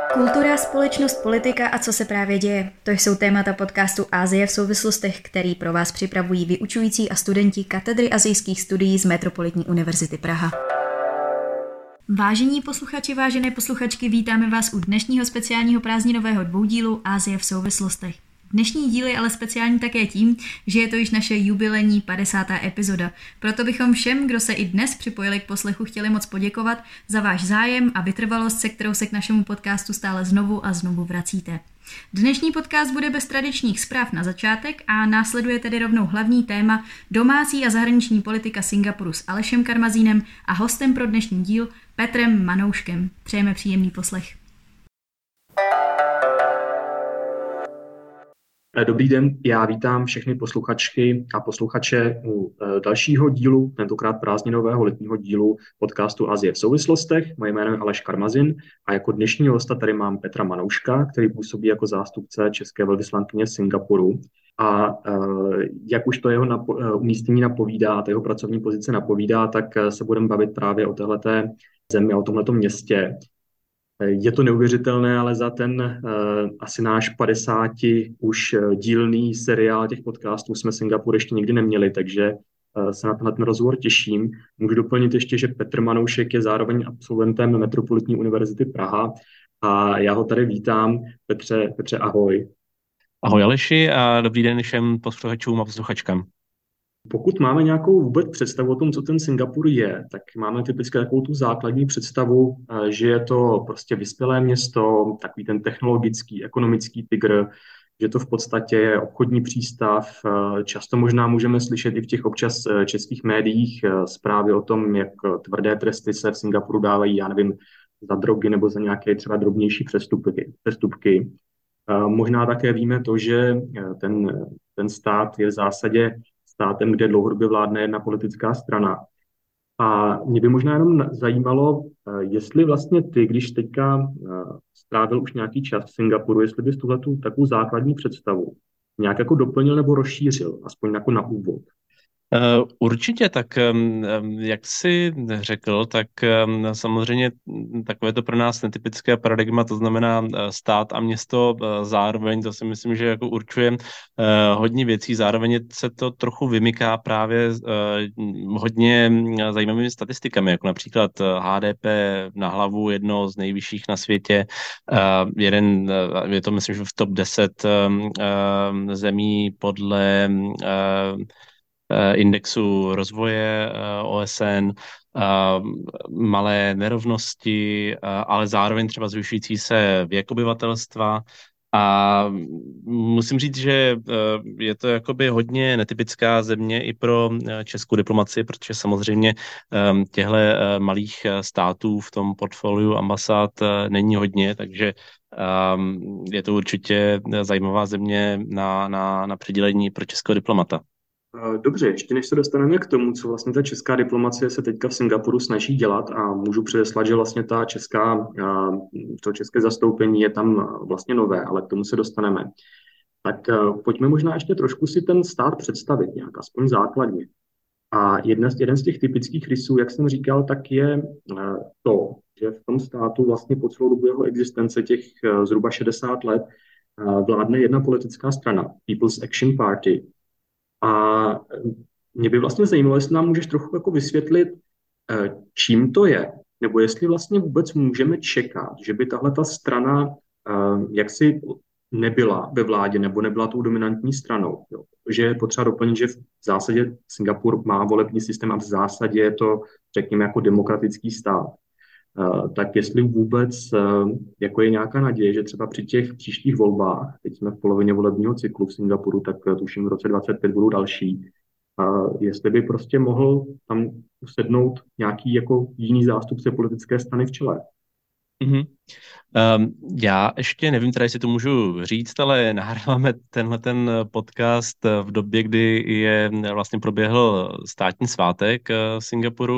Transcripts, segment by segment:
Kultura, společnost, politika a co se právě děje. To jsou témata podcastu Asie v souvislostech, který pro vás připravují vyučující a studenti katedry asijských studií z Metropolitní univerzity Praha. Vážení posluchači, vážené posluchačky, vítáme vás u dnešního speciálního prázdninového dvoudílu Asie v souvislostech. Dnešní díl je ale speciální také tím, že je to již naše jubilejní 50. epizoda. Proto bychom všem, kdo se i dnes připojili k poslechu, chtěli moc poděkovat za váš zájem a vytrvalost, se kterou se k našemu podcastu stále znovu a znovu vracíte. Dnešní podcast bude bez tradičních zpráv na začátek a následuje tedy rovnou hlavní téma domácí a zahraniční politika Singapuru s Alešem Karmazínem a hostem pro dnešní díl Petrem Manouškem. Přejeme příjemný poslech. Dobrý den, já vítám všechny posluchačky a posluchače u dalšího dílu, tentokrát prázdninového letního dílu podcastu Asie v souvislostech. Moje jméno je Aleš Karmazin a jako dnešního hosta tady mám Petra Manouška, který působí jako zástupce české velvyslankyně v Singapuru. A jak už to jeho umístění napovídá, ta jeho pracovní pozice napovídá, tak se budeme bavit právě o téhleté zemi a o tomhletom městě. Je to neuvěřitelné, ale za ten asi náš 50 už dílný seriál těch podcastů jsme Singapur ještě nikdy neměli, takže se na tenhle ten rozhovor těším. Můžu doplnit ještě, že Petr Manoušek je zároveň absolventem Metropolitní univerzity Praha a já ho tady vítám. Petře, ahoj. Ahoj Aleši a dobrý den všem posluchačům a posluchačkám. Pokud máme nějakou vůbec představu o tom, co ten Singapur je, tak máme typicky takovou tu základní představu, že je to prostě vyspělé město, takový ten technologický, ekonomický tygr, že to v podstatě je obchodní přístav. Často možná můžeme slyšet i v těch občas českých médiích zprávy o tom, jak tvrdé tresty se v Singapuru dávají, já nevím, za drogy nebo za nějaké třeba drobnější přestupky. Možná také víme to, že ten stát je v zásadě státem, kde dlouhodobě vládne jedna politická strana. A mě by možná jenom zajímalo, jestli vlastně ty, když teďka strávil už nějaký čas v Singapuru, jestli bys tuhletu takovou základní představu nějak jako doplnil nebo rozšířil, aspoň jako na úvod. Určitě, tak jak jsi řekl, tak samozřejmě takové to pro nás netypické paradigma, to znamená stát a město zároveň, to si myslím, že jako určuje hodně věcí, zároveň se to trochu vymyká právě hodně zajímavými statistikami, jako například HDP na hlavu, jedno z nejvyšších na světě, je to myslím, že v top 10 zemí podle indexu rozvoje OSN, malé nerovnosti, ale zároveň třeba zvyšující se věk obyvatelstva. A musím říct, že je to jakoby hodně netypická země i pro českou diplomacii, protože samozřejmě těchto malých států v tom portfoliu ambasád není hodně, takže je to určitě zajímavá země na přidělení pro českého diplomata. Dobře, ještě než se dostaneme k tomu, co vlastně ta česká diplomacie se teďka v Singapuru snaží dělat a můžu předeslat, že vlastně to české zastoupení je tam vlastně nové, ale k tomu se dostaneme. Tak pojďme možná ještě trošku si ten stát představit nějak, aspoň základně. A jeden z těch typických rysů, jak jsem říkal, tak je to, že v tom státu vlastně po celou dobu jeho existence těch zhruba 60 let vládne jedna politická strana, People's Action Party. A mě by vlastně zajímalo, jestli nám můžeš trochu jako vysvětlit, čím to je, nebo jestli vlastně vůbec můžeme čekat, že by tahle ta strana jaksi nebyla ve vládě nebo nebyla tou dominantní stranou. Jo. Protože je potřeba doplnit, že v zásadě Singapur má volební systém a v zásadě je to, řekněme, jako demokratický stát. Tak jestli vůbec jako je nějaká naděje, že třeba při těch příštích volbách, teď jsme v polovině volebního cyklu v Singapuru, tak tuším v roce 2025 budou další, jestli by prostě mohl tam usednout nějaký jako jiný zástupce politické strany v čele. Mm-hmm. Já ještě nevím, teda jestli to můžu říct, ale nahráváme ten podcast v době, kdy vlastně proběhl státní svátek v Singapuru,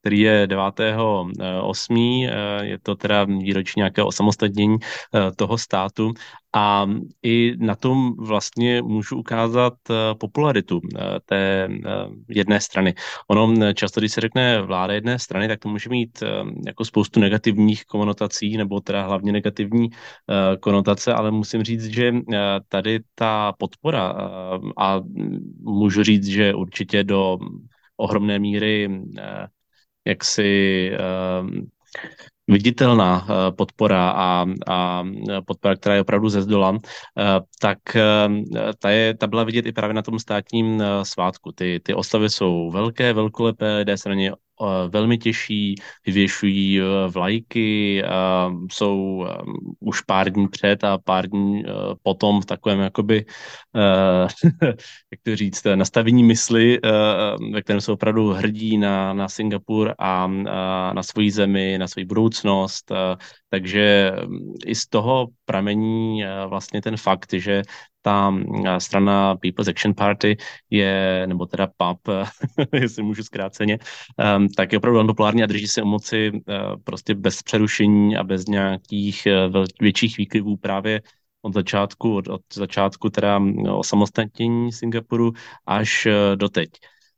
který je 9.8. Je to teda výročí nějakého osamostatnění toho státu. A i na tom vlastně můžu ukázat popularitu té jedné strany. Ono často, když se řekne vláda jedné strany, tak to může mít jako spoustu negativních konotací, nebo teda hlavně negativní konotace, ale musím říct, že tady ta podpora a můžu říct, že určitě do ohromné míry jaksi viditelná podpora a podpora, která je opravdu ze zdola, tak ta byla vidět i právě na tom státním svátku. Ty oslavy jsou velké, velkolepé, lidé se na ně velmi těší, vyvěšují vlajky, jsou už pár dní před a pár dní potom v takovém jakoby, jak to říct, nastavení mysli, ve kterém jsou opravdu hrdí na Singapur a na svoji zemi, na svoji budoucnost. Takže i z toho pramení vlastně ten fakt, že ta strana People's Action Party je, nebo teda PAP, jestli můžu zkráceně, tak je opravdu velmi populární a drží se u moci prostě bez přerušení a bez nějakých větších výkyvů právě od začátku teda osamostatnění Singapuru až doteď.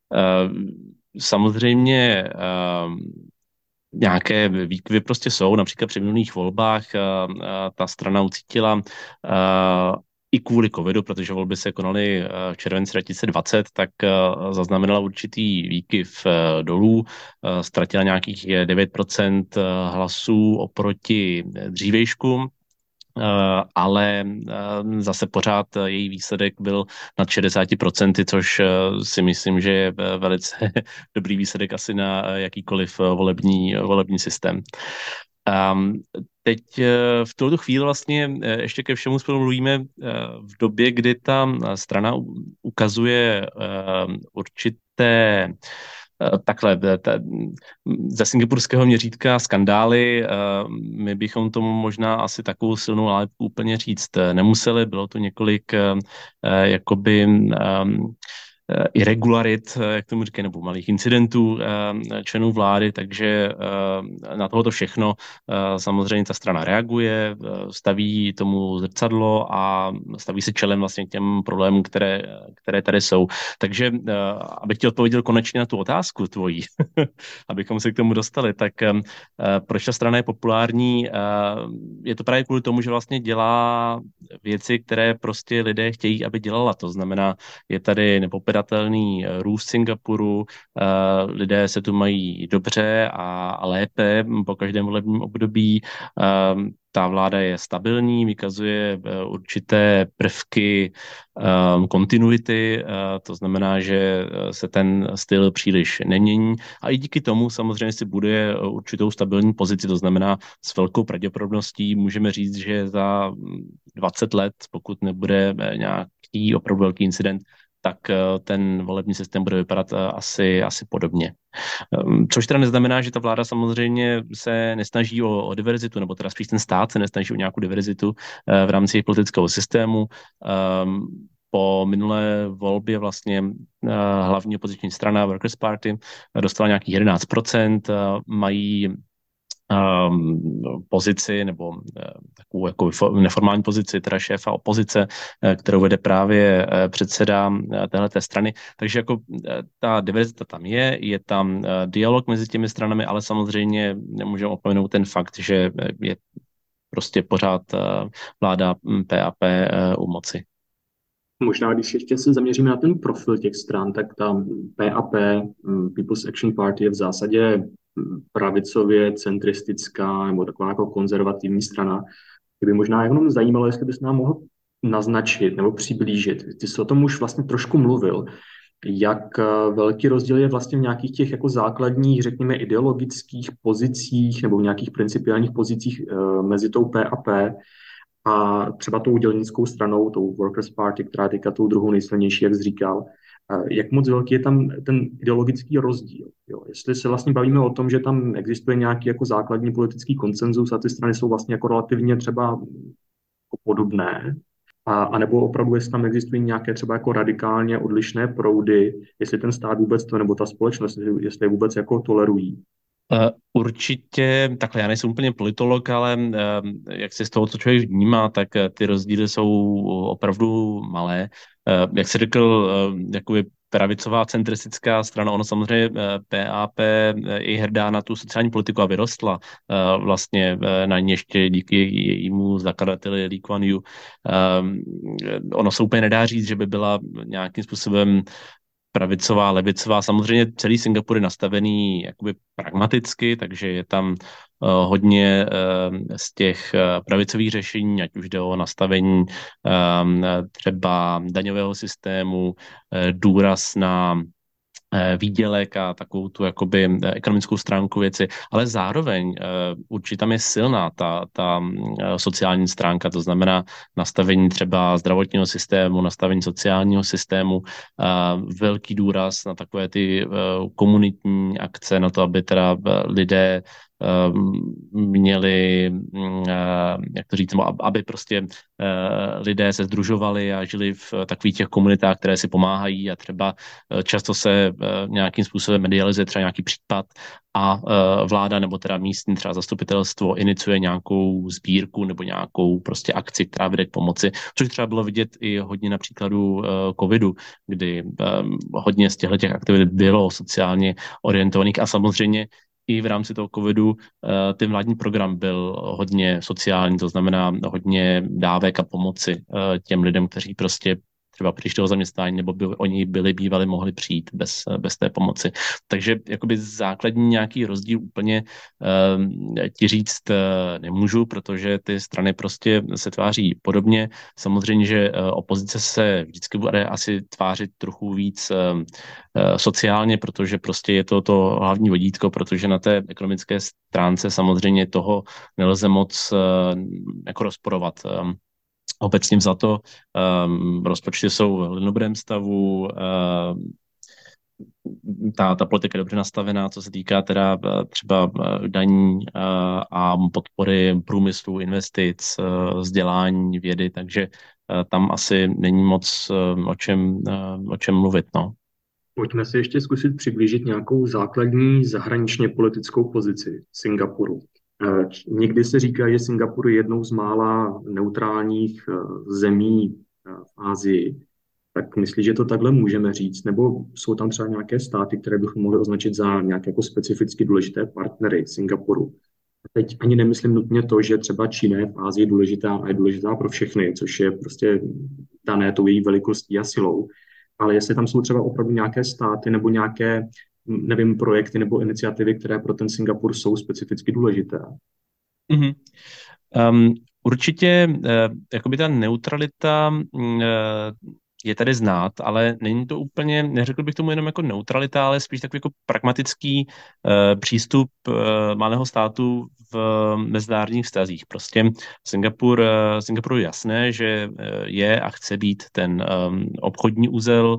Samozřejmě nějaké výkyvy prostě jsou, například při minulých volbách ta strana ucítila i kvůli covidu, protože volby se konaly v červenci 2020, tak zaznamenala určitý výkyv dolů, ztratila nějakých 9% hlasů oproti dřívejšku, ale zase pořád její výsledek byl nad 60%, což si myslím, že je velice dobrý výsledek asi na jakýkoliv volební systém. Teď v tuto chvíli vlastně ještě ke všemu spolu mluvíme v době, kdy ta strana ukazuje určité takhle, ze singapurského měřítka skandály, my bychom tomu možná asi takovou silnou nálepku úplně říct nemuseli, bylo to několik jakoby irregularit, jak tomu říkají, nebo malých incidentů členů vlády, takže na tohoto všechno samozřejmě ta strana reaguje, staví tomu zrcadlo a staví se čelem vlastně k těm problémům, které tady jsou. Takže abych ti odpověděl konečně na tu otázku tvojí, abychom se k tomu dostali, tak proč ta strana je populární? Je to právě kvůli tomu, že vlastně dělá věci, které prostě lidé chtějí, aby dělala. To znamená, je tady nepopiratelný růst Singapuru, lidé se tu mají dobře a lépe po každém volebním období. Ta vláda je stabilní, vykazuje určité prvky kontinuity, to znamená, že se ten styl příliš nemění a i díky tomu samozřejmě si buduje určitou stabilní pozici, to znamená s velkou pravděpodobností můžeme říct, že za 20 let, pokud nebude nějaký opravdu velký incident, tak ten volební systém bude vypadat asi podobně. Což teda neznamená, že ta vláda samozřejmě se nesnaží o diverzitu, nebo teda spíš ten stát se nesnaží o nějakou diverzitu v rámci politického systému. Po minulé volbě vlastně hlavní opoziční strana Workers' Party dostala nějakých 11%, mají pozici nebo takovou jako neformální pozici, teda šéfa opozice, kterou vede právě předseda téhleté strany. Takže jako ta diverzita tam je tam dialog mezi těmi stranami, ale samozřejmě nemůžeme opomenout ten fakt, že je prostě pořád vláda PAP u moci. Možná, když ještě se zaměříme na ten profil těch stran, tak ta PAP, People's Action Party, je v zásadě pravicově centristická nebo taková jako konzervativní strana. Kdyby možná jenom zajímalo, jestli bys nám mohl naznačit nebo přiblížit. Ty jsi o tom už vlastně trošku mluvil, jak velký rozdíl je vlastně v nějakých těch jako základních, řekněme, ideologických pozicích nebo v nějakých principiálních pozicích mezi tou PAP a třeba tou dělnickou stranou, tou Workers' Party, která je teďka tou druhou nejsilnější, jak jsi říkal. Jak moc velký je tam ten ideologický rozdíl? Jo? Jestli se vlastně bavíme o tom, že tam existuje nějaký jako základní politický konsenzus a ty strany jsou vlastně jako relativně třeba jako podobné, a nebo opravdu, jestli tam existují nějaké třeba jako radikálně odlišné proudy, jestli ten stát vůbec to, nebo ta společnost, jestli je vůbec jako tolerují. Určitě, takhle já nejsem úplně politolog, ale jak se z toho, co člověk vnímá, tak ty rozdíly jsou opravdu malé. Jak jsi řekl, jakoby pravicová centristická strana, ono samozřejmě PAP je hrdá na tu sociální politiku a vyrostla vlastně na ní ještě díky jejímu zakladateli Lee Kuan Yew. Ono se úplně nedá říct, že by byla nějakým způsobem pravicová, levicová. Samozřejmě celý Singapur je nastavený jakoby pragmaticky, takže je tam hodně z těch pravicových řešení, ať už jde o nastavení třeba daňového systému, důraz na výdělek a takovou tu jakoby ekonomickou stránku věci, ale zároveň určitě tam je silná ta sociální stránka, to znamená nastavení třeba zdravotního systému, nastavení sociálního systému, velký důraz na takové ty komunitní akce, na to, aby teda lidé měli, jak to říct, aby prostě lidé se sdružovali a žili v takových těch komunitách, které si pomáhají a třeba často se nějakým způsobem medializuje třeba nějaký případ a vláda nebo teda místní třeba zastupitelstvo iniciuje nějakou sbírku nebo nějakou prostě akci, která vede k pomoci, což třeba bylo vidět i hodně na příkladu covidu, kdy hodně z těch aktivit bylo sociálně orientovaných a samozřejmě i v rámci toho covidu ten vládní program byl hodně sociální, to znamená hodně dávek a pomoci těm lidem, kteří prostě třeba přišli o zaměstnání, nebo by oni bývali, mohli přijít bez té pomoci. Takže jakoby základní nějaký rozdíl úplně ti říct nemůžu, protože ty strany prostě se tváří podobně. Samozřejmě, že opozice se vždycky bude asi tvářit trochu víc sociálně, protože prostě je to hlavní vodítko, protože na té ekonomické stránce samozřejmě toho nelze moc jako rozporovat. Obecně vzato rozpočty jsou v dobrém stavu, ta politika je dobře nastavená, co se týká teda třeba daní a podpory průmyslu, investic, vzdělání, vědy, takže tam asi není moc o čem mluvit, no. Pojďme si ještě zkusit přiblížit nějakou základní zahraničně politickou pozici Singapuru. Někdy se říká, že Singapur je jednou z mála neutrálních zemí v Asii. Tak myslíš, že to takhle můžeme říct? Nebo jsou tam třeba nějaké státy, které bychom mohli označit za nějaké jako specificky důležité partnery Singapuru? A teď ani nemyslím nutně to, že třeba Čína je v Asii důležitá a je důležitá pro všechny, což je prostě dané tou její velikostí a silou. Ale jestli tam jsou třeba opravdu nějaké státy nebo nějaké, nevím, projekty nebo iniciativy, které pro ten Singapur jsou specificky důležité. Mm-hmm. Určitě jakoby ta neutralita je tady znát, ale není to úplně, neřekl bych tomu jenom jako neutralita, ale spíš takový jako pragmatický přístup malého státu v mezinárodních vztazích. Prostě Singapuru je jasné, že je a chce být ten obchodní uzel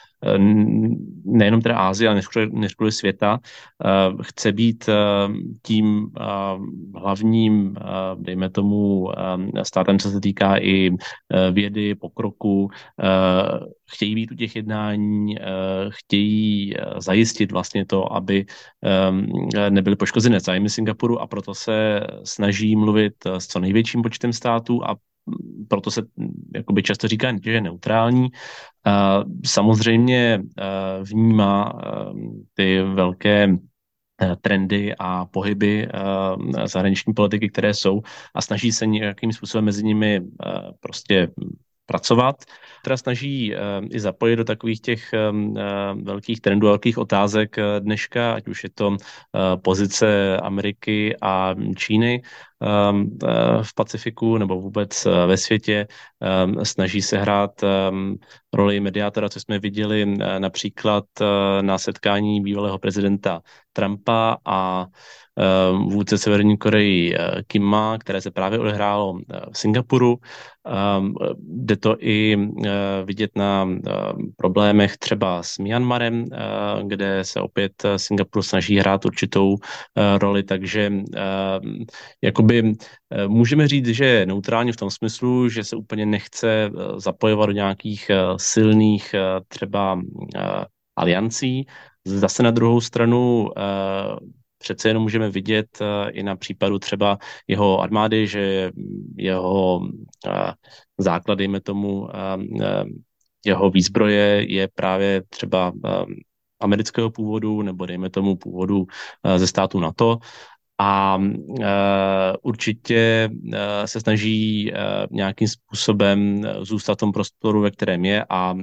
nejenom teda Asie, ale neřekl světa, chce být tím hlavním, dejme tomu, státem, co se týká i vědy, pokroku, chtějí být u těch jednání, chtějí zajistit vlastně to, aby nebyly poškozené zájmy Singapuru a proto se snaží mluvit s co největším počtem států a proto se jakoby často říká, že je neutrální. Samozřejmě vnímá ty velké trendy a pohyby zahraniční politiky, které jsou a snaží se nějakým způsobem mezi nimi prostě pracovat. Teda snaží i zapojit do takových těch velkých trendů, velkých otázek dneška, ať už je to pozice Ameriky a Číny v Pacifiku nebo vůbec ve světě. Snaží se hrát roli mediátora, co jsme viděli například na setkání bývalého prezidenta Trumpa a vůdce Severní Koreji Kima, které se právě odehrálo v Singapuru. Jde to i vidět na problémech třeba s Myanmarem, kde se opět Singapur snaží hrát určitou roli, takže jakoby můžeme říct, že je neutrální v tom smyslu, že se úplně nechce zapojovat do nějakých silných třeba aliancí. Zase na druhou stranu přece jenom můžeme vidět i na případu třeba jeho armády, že jeho základ, dejme tomu, jeho výzbroje je právě třeba amerického původu nebo dejme tomu původu ze státu NATO a určitě se snaží nějakým způsobem zůstat v tom prostoru, ve kterém je a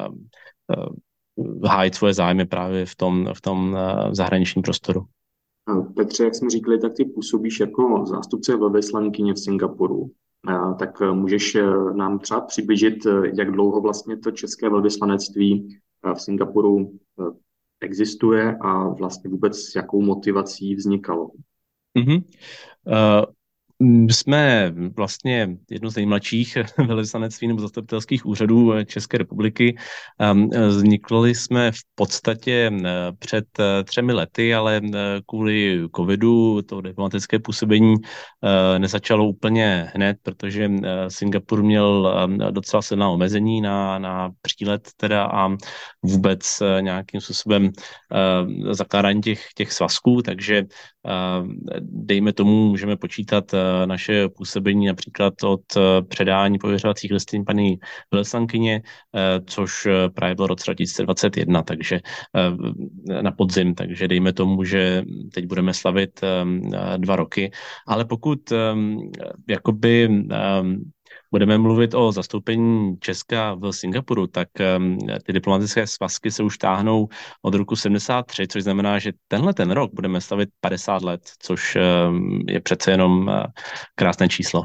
hájit svoje zájmy právě v tom zahraničním prostoru. Petře, jak jsme říkali, tak ty působíš jako zástupce velvyslankyně v Singapuru. Tak můžeš nám třeba přiblížit, jak dlouho vlastně to české velvyslanectví v Singapuru existuje a vlastně vůbec s jakou motivací vznikalo? Mm-hmm. Jsme vlastně jedno z nejmladších velvyslanectví nebo zastupitelských úřadů České republiky. Vznikli jsme v podstatě před 3 lety, ale kvůli covidu to diplomatické působení nezačalo úplně hned, protože Singapur měl docela silná omezení na přílet teda a vůbec nějakým způsobem zakládání těch svazků, takže dejme tomu, můžeme počítat naše působení například od předání pověřovacích listin paní velvyslankyně, což právě bylo roce 2021, takže na podzim, takže dejme tomu, že teď budeme slavit 2 roky, ale pokud jakoby budeme mluvit o zastoupení Česka v Singapuru, tak ty diplomatické svazky se už táhnou od roku 73, což znamená, že ten rok budeme slavit 50 let, což je přece jenom krásné číslo.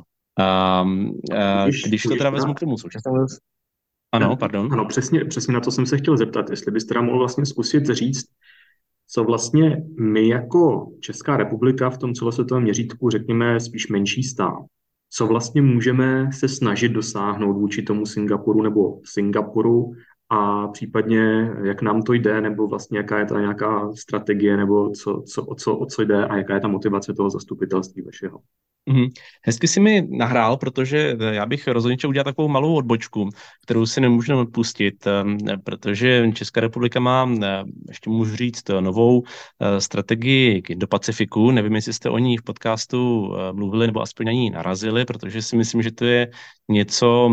Když to teda vezmu k tomu současnému... Ano, pardon. Ano, přesně na to jsem se chtěl zeptat, jestli bys teda mohl vlastně zkusit říct, co vlastně my jako Česká republika v tom celosvětovém měřítku, řekněme, spíš menší stát, co vlastně můžeme se snažit dosáhnout vůči tomu Singapuru nebo Singapuru a případně jak nám to jde, nebo vlastně jaká je ta nějaká strategie, nebo o co jde a jaká je ta motivace toho zastupitelství vašeho. Hezky si mi nahrál, protože já bych rozhodně chtěl udělat takovou malou odbočku, kterou si nemůžeme odpustit, protože Česká republika má, ještě můžu říct, novou strategii k Indo-Pacifiku. Nevím, jestli jste o ní v podcastu mluvili nebo aspoň na ní narazili, protože si myslím, že to je něco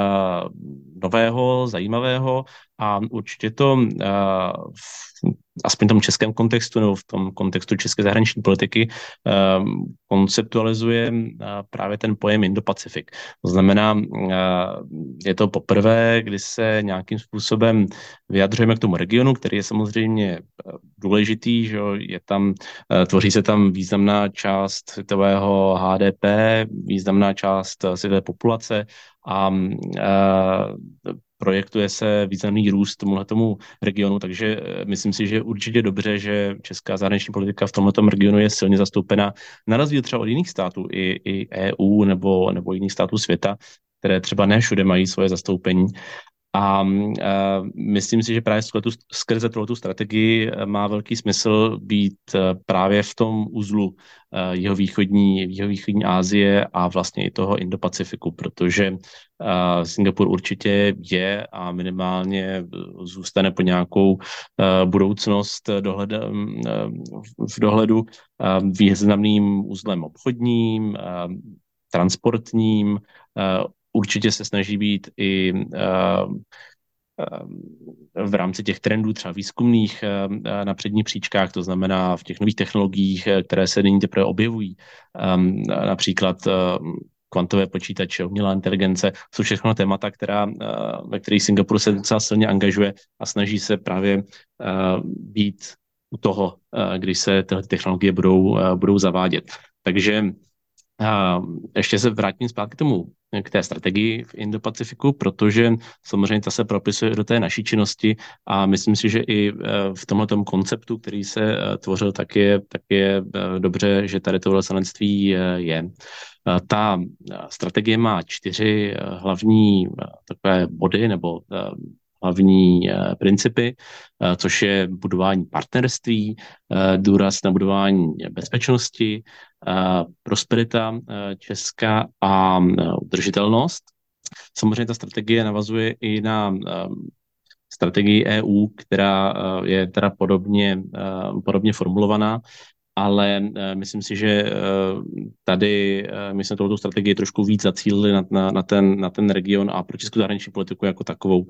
nového, zajímavého a určitě to aspoň v tom českém kontextu nebo v tom kontextu české zahraniční politiky konceptualizuje právě ten pojem Indo-Pacifik. To znamená, je to poprvé, kdy se nějakým způsobem vyjadřujeme k tomu regionu, který je samozřejmě důležitý, že je tam, tvoří se tam významná část světového HDP, významná část světové populace a projektuje se významný růst tomuhletomu regionu, takže myslím si, že je určitě dobře, že česká zahraniční politika v tomhletom regionu je silně zastoupena, na rozdíl třeba od jiných států, i EU nebo jiných států světa, které třeba ne všude mají svoje zastoupení. A myslím si, že právě skrze tuhletu strategii má velký smysl být právě v tom uzlu jihovýchodní Asie a vlastně i toho Indo-Pacifiku, protože Singapur určitě je a minimálně zůstane po nějakou budoucnost v dohledu významným uzlem obchodním, transportním, určitě se snaží být i v rámci těch trendů třeba výzkumných na předních příčkách, to znamená v těch nových technologiích, které se nyní teprve objevují, například kvantové počítače, umělá inteligence, jsou všechno témata, ve kterých Singapur se docela silně angažuje a snaží se právě být u toho, když se tyhle technologie budou zavádět. Takže ještě se vrátím zpátky k té strategii v Indo-Pacifiku, protože samozřejmě ta se propisuje do té naší činnosti a myslím si, že i v tomhletom konceptu, který se tvořil, tak je dobře, že tady to velvyslanectví je. Ta strategie má 4 hlavní takové body nebo hlavní principy, což je budování partnerství, důraz na budování bezpečnosti, prosperita Česka a udržitelnost. Samozřejmě ta strategie navazuje i na strategii EU, která je teda podobně formulovaná ale myslím si, že tady my jsme touto strategii trošku víc zacílili na ten region a pro českou zahraniční politiku jako takovou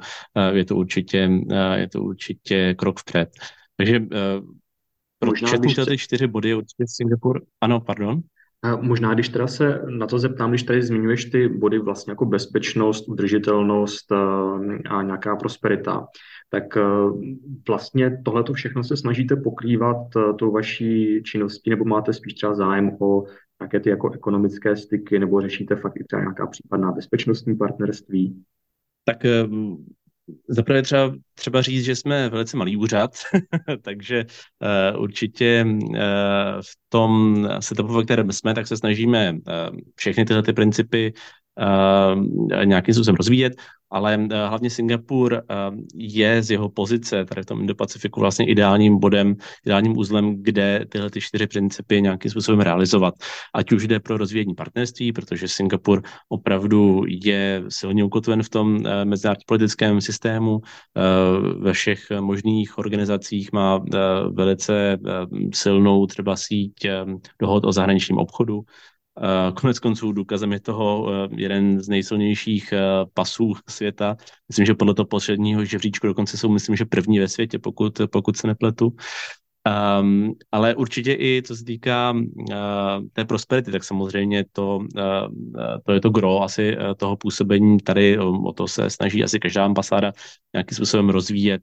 je to určitě krok vpřed. Takže pro Možná, všechny když ty 4 body je určitě Singapur. Ano, pardon. Možná, když teda se na to zeptám, když tady zmiňuješ ty body vlastně jako bezpečnost, udržitelnost a nějaká prosperita, tak vlastně tohleto všechno se snažíte pokrývat tou vaší činností, nebo máte spíš třeba zájem o také ty jako ekonomické styky, nebo řešíte fakt i třeba nějaká případná bezpečnostní partnerství? Tak zaprvé třeba říct, že jsme velice malý úřad, takže určitě v tom setupu, ve kterém jsme, tak se snažíme všechny tyhle ty principy nějakým způsobem rozvíjet, ale hlavně Singapur je z jeho pozice tady v tom Indo-Pacifiku vlastně ideálním bodem, ideálním uzlem, kde tyhle ty 4 principy nějakým způsobem realizovat. Ať už jde pro rozvíjení partnerství, protože Singapur opravdu je silně ukotven v tom mezinárodním politickém systému, ve všech možných organizacích má velice silnou třeba síť dohod o zahraničním obchodu. Konec konců důkazem je toho jeden z nejsilnějších pasů světa. Myslím, že podle toho posledního žebříčku dokonce jsou, myslím, že první ve světě, pokud se nepletu. Ale určitě i co se týká té prosperity, tak samozřejmě to je to gro asi toho působení tady, o to se snaží asi každá ambasáda nějakým způsobem rozvíjet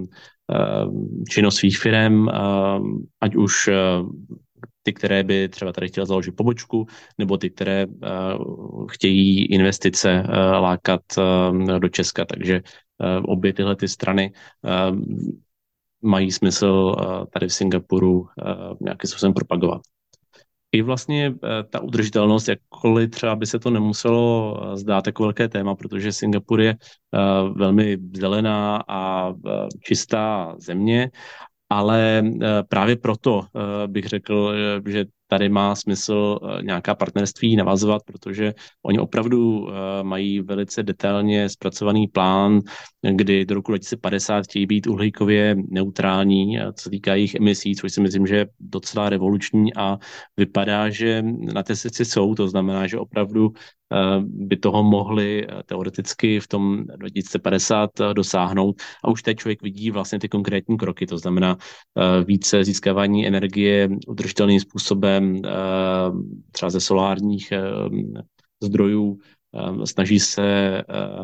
činnost svých firem, ať už ty, které by třeba tady chtěla založit pobočku, nebo ty, které chtějí investice lákat do Česka. Takže obě tyhle ty strany mají smysl tady v Singapuru nějakým způsobem propagovat. I vlastně ta udržitelnost, jakkoliv třeba by se to nemuselo zdát jako velké téma, protože Singapur je velmi zelená a čistá země, ale právě proto bych řekl, že tady má smysl nějaká partnerství navazovat, protože oni opravdu mají velice detailně zpracovaný plán, kdy do roku 2050 chtějí být uhlíkově neutrální, co se týká jejich emisí, což si myslím, že je docela revoluční a vypadá, že na té cestě jsou, to znamená, že opravdu by toho mohli teoreticky v tom 2050 dosáhnout. A už teď člověk vidí vlastně ty konkrétní kroky, to znamená více získávání energie udržitelným způsobem, třeba ze solárních zdrojů, snaží se,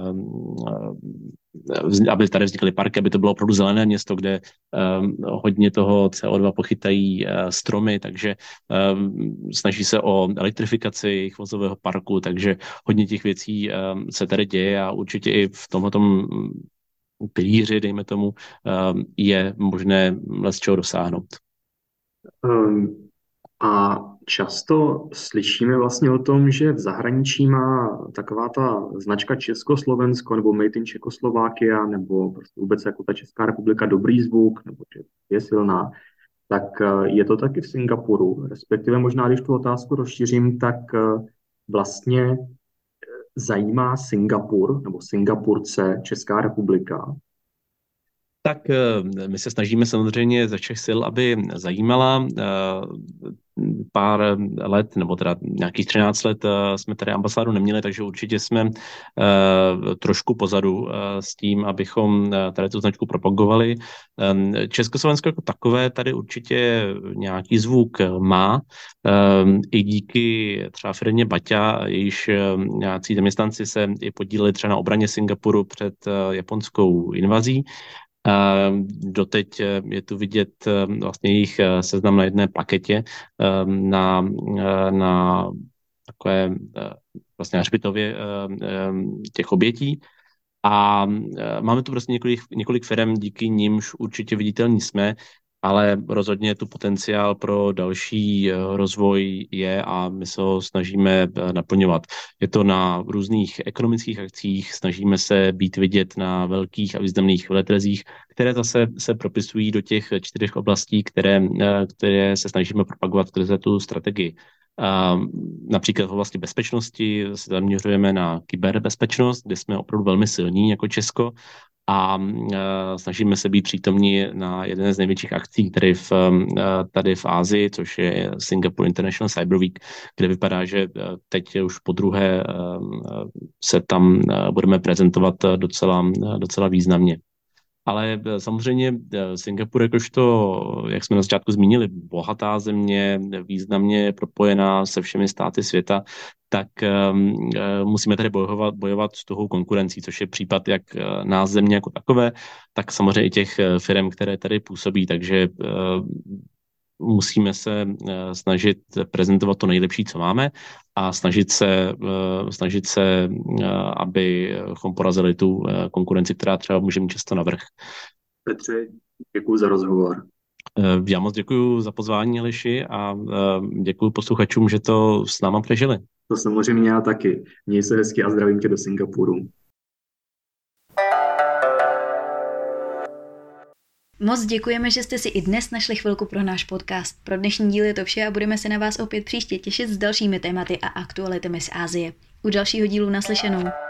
aby tady vznikaly parky, aby to bylo opravdu zelené město, kde hodně toho CO2 pochytají stromy, takže snaží se o elektrifikaci jejich vozového parku, takže hodně těch věcí se tady děje a určitě i v tomhletom pilíři, dejme tomu, je možné z čeho dosáhnout. A často slyšíme vlastně o tom, že v zahraničí má taková ta značka Československo nebo Made in Čekoslovákia nebo prostě vůbec jako ta Česká republika dobrý zvuk nebo že je silná. Tak je to taky v Singapuru. Respektive možná, když tu otázku rozšířím, tak vlastně zajímá Singapur nebo Singapurce Česká republika. Tak my se snažíme samozřejmě ze všech sil, aby zajímala. Pár let, nebo teda nějakých 13 let jsme tady ambasádu neměli, takže určitě jsme trošku pozadu s tím, abychom tady tu značku propagovali. Československo jako takové tady určitě nějaký zvuk má. I díky třeba firmě Baťa, jejíž nějací zaměstnanci se i podíleli třeba na obraně Singapuru před japonskou invazí. Doteď je tu vidět vlastně jejich seznam na jedné plaketě na takové vlastně hřbitově těch obětí. A máme tu prostě několik firem, díky nimž určitě viditelní jsme, ale rozhodně tu potenciál pro další rozvoj je a my se ho snažíme naplňovat. Je to na různých ekonomických akcích, snažíme se být vidět na velkých a významných veletrzích, které zase se propisují do těch 4 oblastí, které se snažíme propagovat skrze tu strategii. Například v oblasti bezpečnosti se zaměřujeme na kyberbezpečnost, kde jsme opravdu velmi silní jako Česko, a snažíme se být přítomní na jedné z největších akcí, tady v Asii, což je Singapore International Cyber Week, kde vypadá, že teď už podruhé se tam budeme prezentovat docela významně. Ale samozřejmě Singapur, jakožto, jak jsme na začátku zmínili, bohatá země, významně propojená se všemi státy světa, tak musíme tady bojovat s tuhou konkurencí, což je případ jak nás země jako takové, tak samozřejmě i těch firm, které tady působí, takže musíme se snažit prezentovat to nejlepší, co máme a snažit se, abychom porazili tu konkurenci, která třeba může mít často navrch. Petře, děkuji za rozhovor. Já moc děkuji za pozvání, Eliši, a děkuji posluchačům, že to s náma přežili. To samozřejmě já taky. Měj se hezky a zdravím tě do Singapuru. Moc děkujeme, že jste si i dnes našli chvilku pro náš podcast. Pro dnešní díl je to vše a budeme se na vás opět příště těšit s dalšími tématy a aktualitami z Asie. U dalšího dílu naslyšenou.